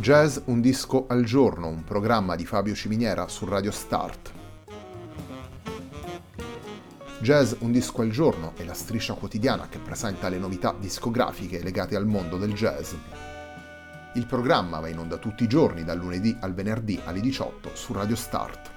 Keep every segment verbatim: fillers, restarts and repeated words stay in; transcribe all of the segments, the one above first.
Jazz un disco al giorno, un programma di Fabio Ciminiera su Radio Start. Jazz un disco al giorno è la striscia quotidiana che presenta le novità discografiche legate al mondo del jazz. Il programma va in onda tutti i giorni dal lunedì al venerdì alle diciotto su Radio Start.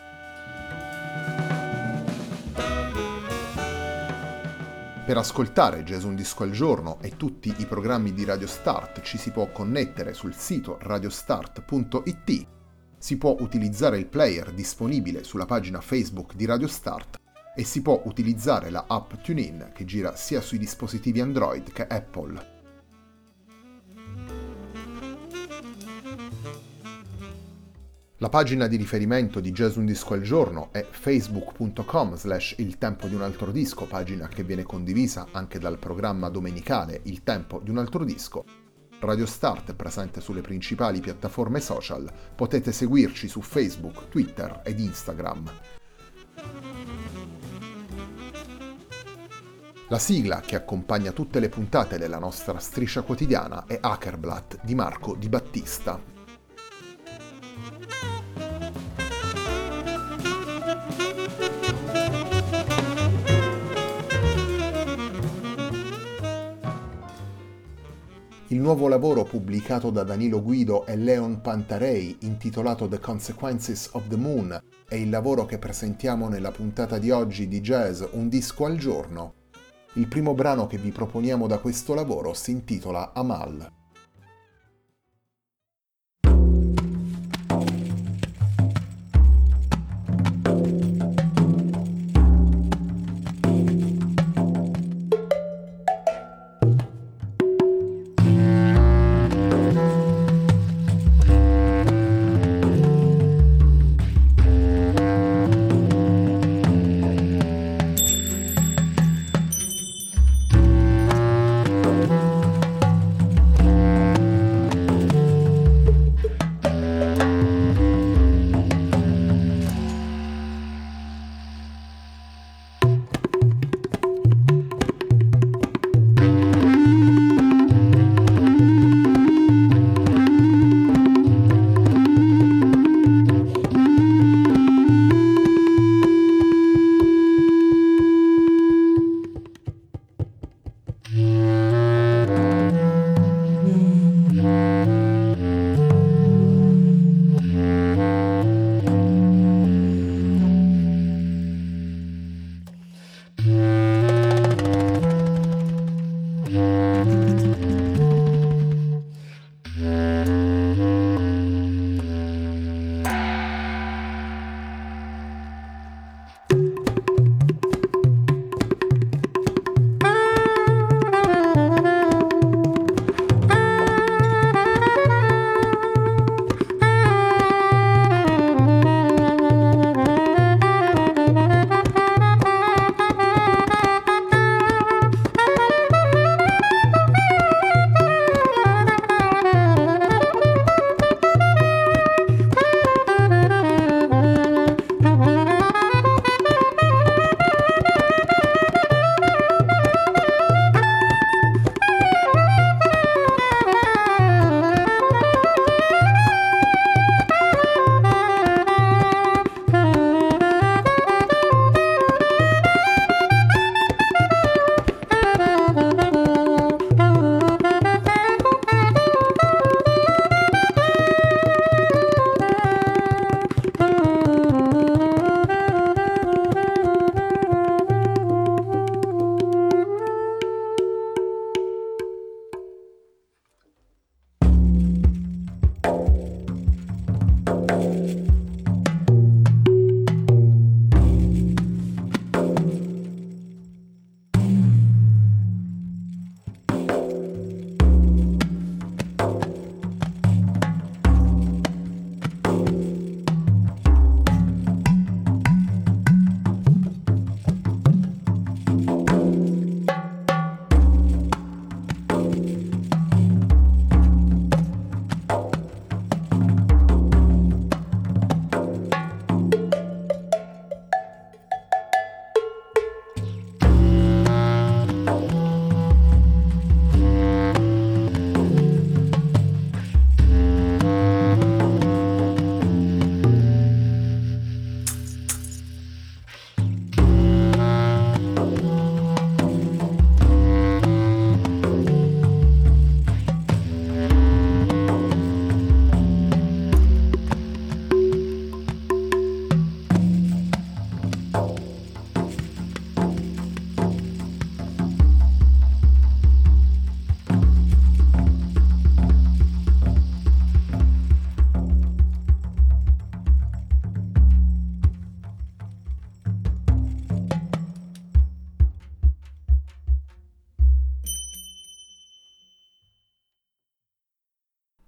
Per ascoltare Jazz un disco al giorno e tutti i programmi di Radio Start ci si può connettere sul sito radiostart punto it, si può utilizzare il player disponibile sulla pagina Facebook di Radio Start e si può utilizzare la app TuneIn che gira sia sui dispositivi Android che Apple. La pagina di riferimento di Jazz un disco al giorno è facebook punto com slash il tempo di un altro disco, pagina che viene condivisa anche dal programma domenicale Il tempo di un altro disco. Radio Start è presente sulle principali piattaforme social, potete seguirci su Facebook, Twitter ed Instagram. La sigla che accompagna tutte le puntate della nostra striscia quotidiana è Hackerblatt di Marco Di Battista. Il nuovo lavoro pubblicato da Danilo Guido e Leon Pantarei, intitolato The Consequences of the Moon, è il lavoro che presentiamo nella puntata di oggi di Jazz un disco al giorno. Il primo brano che vi proponiamo da questo lavoro si intitola Amal.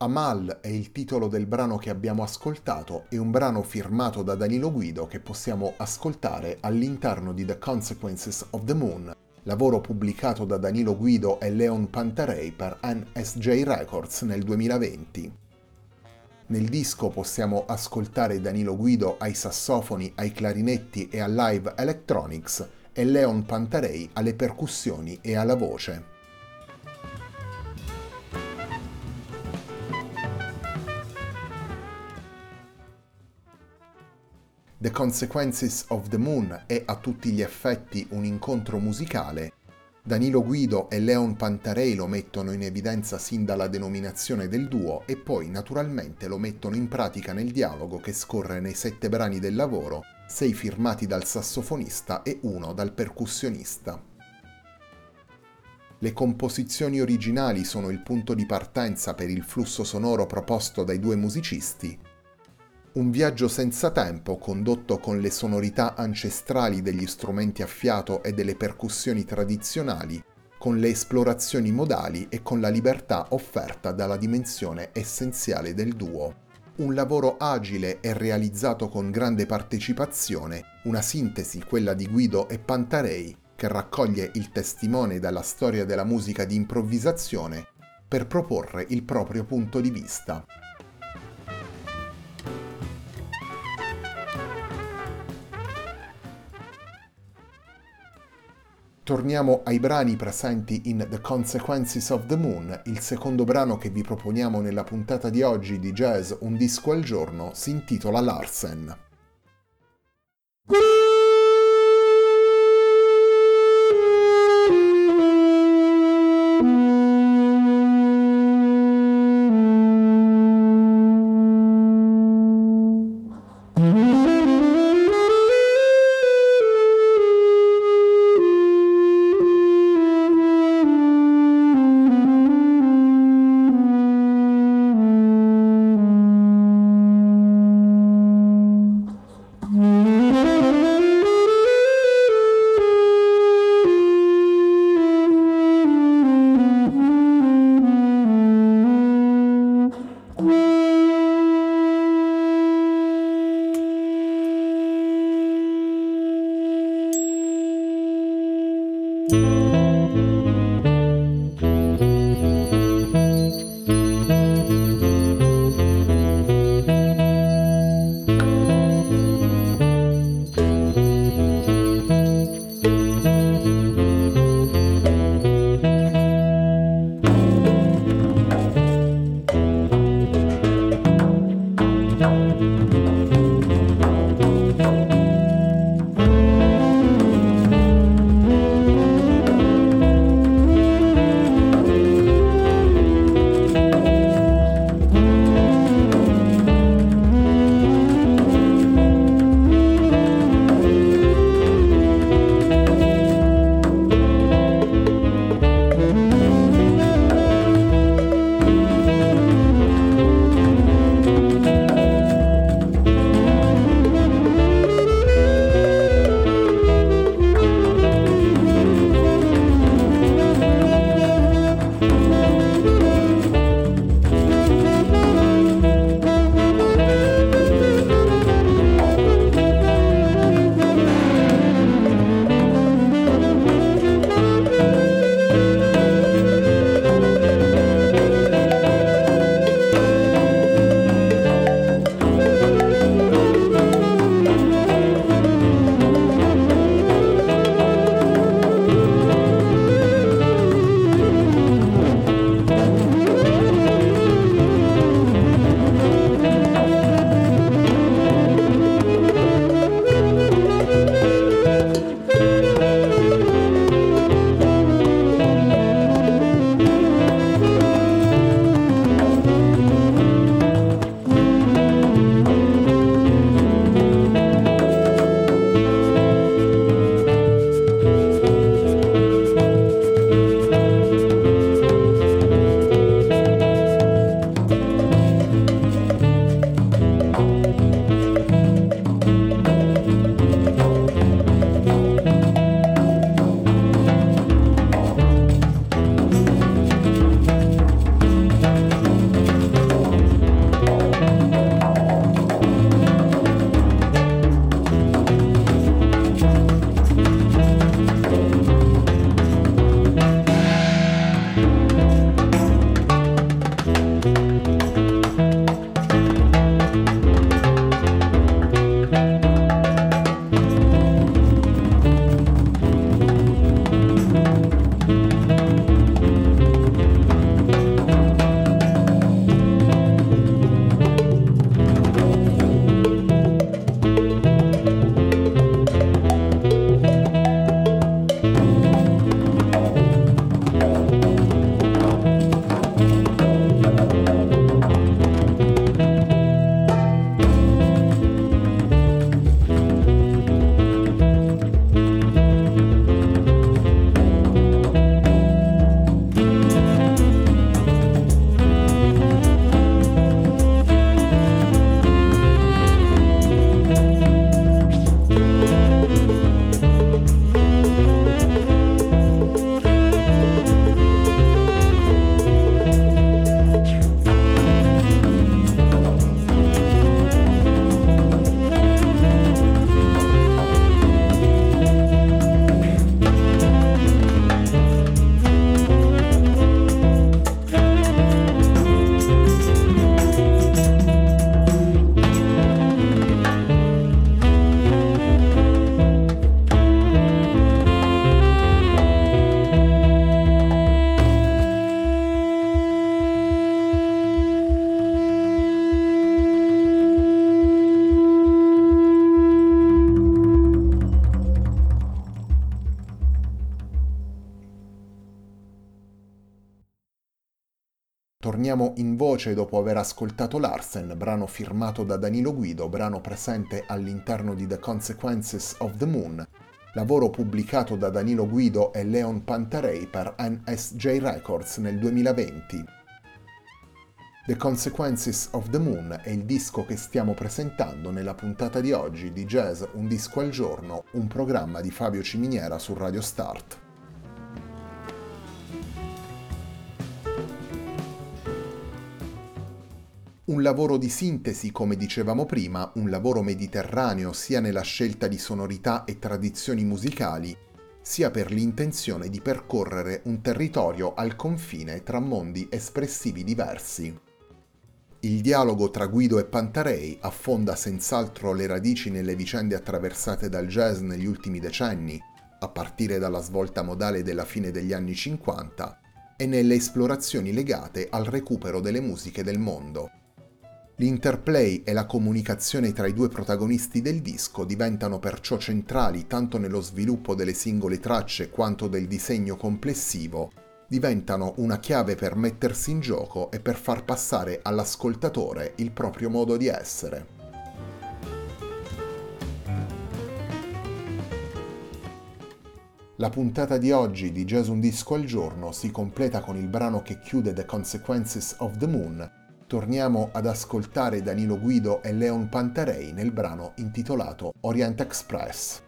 Amal è il titolo del brano che abbiamo ascoltato, è un brano firmato da Danilo Guido che possiamo ascoltare all'interno di The Consequences of the Moon, lavoro pubblicato da Danilo Guido e Leon Pantarei per N S J Records nel duemilaventi. Nel disco possiamo ascoltare Danilo Guido ai sassofoni, ai clarinetti e al live electronics e Leon Pantarei alle percussioni e alla voce. The Consequences of the Moon è a tutti gli effetti un incontro musicale. Danilo Guido e Leon Pantarei lo mettono in evidenza sin dalla denominazione del duo e poi naturalmente lo mettono in pratica nel dialogo che scorre nei sette brani del lavoro, sei firmati dal sassofonista e uno dal percussionista. Le composizioni originali sono il punto di partenza per il flusso sonoro proposto dai due musicisti. Un viaggio senza tempo condotto con le sonorità ancestrali degli strumenti a fiato e delle percussioni tradizionali, con le esplorazioni modali e con la libertà offerta dalla dimensione essenziale del duo. Un lavoro agile e realizzato con grande partecipazione, una sintesi, quella di Guido e Pantarei, che raccoglie il testimone dalla storia della musica di improvvisazione per proporre il proprio punto di vista. Torniamo ai brani presenti in The Consequences of the Moon. Il secondo brano che vi proponiamo nella puntata di oggi di Jazz Un disco al giorno si intitola Larsen. Torniamo in voce dopo aver ascoltato Larsen, brano firmato da Danilo Guido, brano presente all'interno di The Consequences of the Moon, lavoro pubblicato da Danilo Guido e Leon Pantarei per N S J Records nel duemilaventi. The Consequences of the Moon è il disco che stiamo presentando nella puntata di oggi di Jazz Un Disco al Giorno, un programma di Fabio Ciminiera su Radio Start. Un lavoro di sintesi, come dicevamo prima, un lavoro mediterraneo sia nella scelta di sonorità e tradizioni musicali, sia per l'intenzione di percorrere un territorio al confine tra mondi espressivi diversi. Il dialogo tra Guido e Pantarei affonda senz'altro le radici nelle vicende attraversate dal jazz negli ultimi decenni, a partire dalla svolta modale della fine degli anni cinquanta, e nelle esplorazioni legate al recupero delle musiche del mondo. L'interplay e la comunicazione tra i due protagonisti del disco diventano perciò centrali tanto nello sviluppo delle singole tracce quanto del disegno complessivo, diventano una chiave per mettersi in gioco e per far passare all'ascoltatore il proprio modo di essere. La puntata di oggi di Jazz Un Disco al Giorno si completa con il brano che chiude The Consequences of the Moon. Torniamo ad ascoltare Danilo Guido e Leon Pantarei nel brano intitolato Orient Express.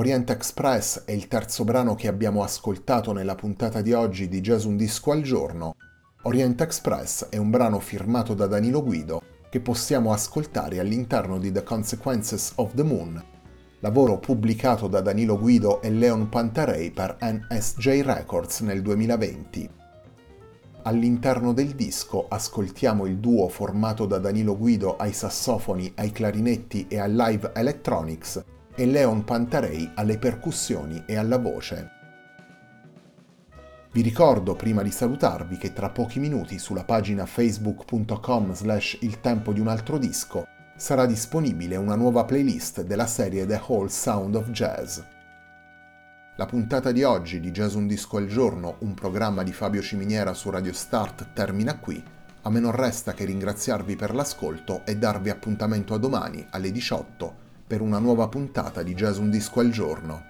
Orient Express è il terzo brano che abbiamo ascoltato nella puntata di oggi di Jazz Un Disco al Giorno. Orient Express è un brano firmato da Danilo Guido che possiamo ascoltare all'interno di The Consequences of the Moon, lavoro pubblicato da Danilo Guido e Leon Pantarei per N S J Records nel duemilaventi. All'interno del disco ascoltiamo il duo formato da Danilo Guido ai sassofoni, ai clarinetti e al live electronics e Leon Pantarei alle percussioni e alla voce. Vi ricordo prima di salutarvi che tra pochi minuti sulla pagina facebook punto com slash il tempo di un altro disco sarà disponibile una nuova playlist della serie The Whole Sound of Jazz. La puntata di oggi di Jazz Un Disco al Giorno, un programma di Fabio Ciminiera su Radio Start, termina qui. A me non resta che ringraziarvi per l'ascolto e darvi appuntamento a domani alle diciotto per una nuova puntata di Jazz Un Disco al Giorno.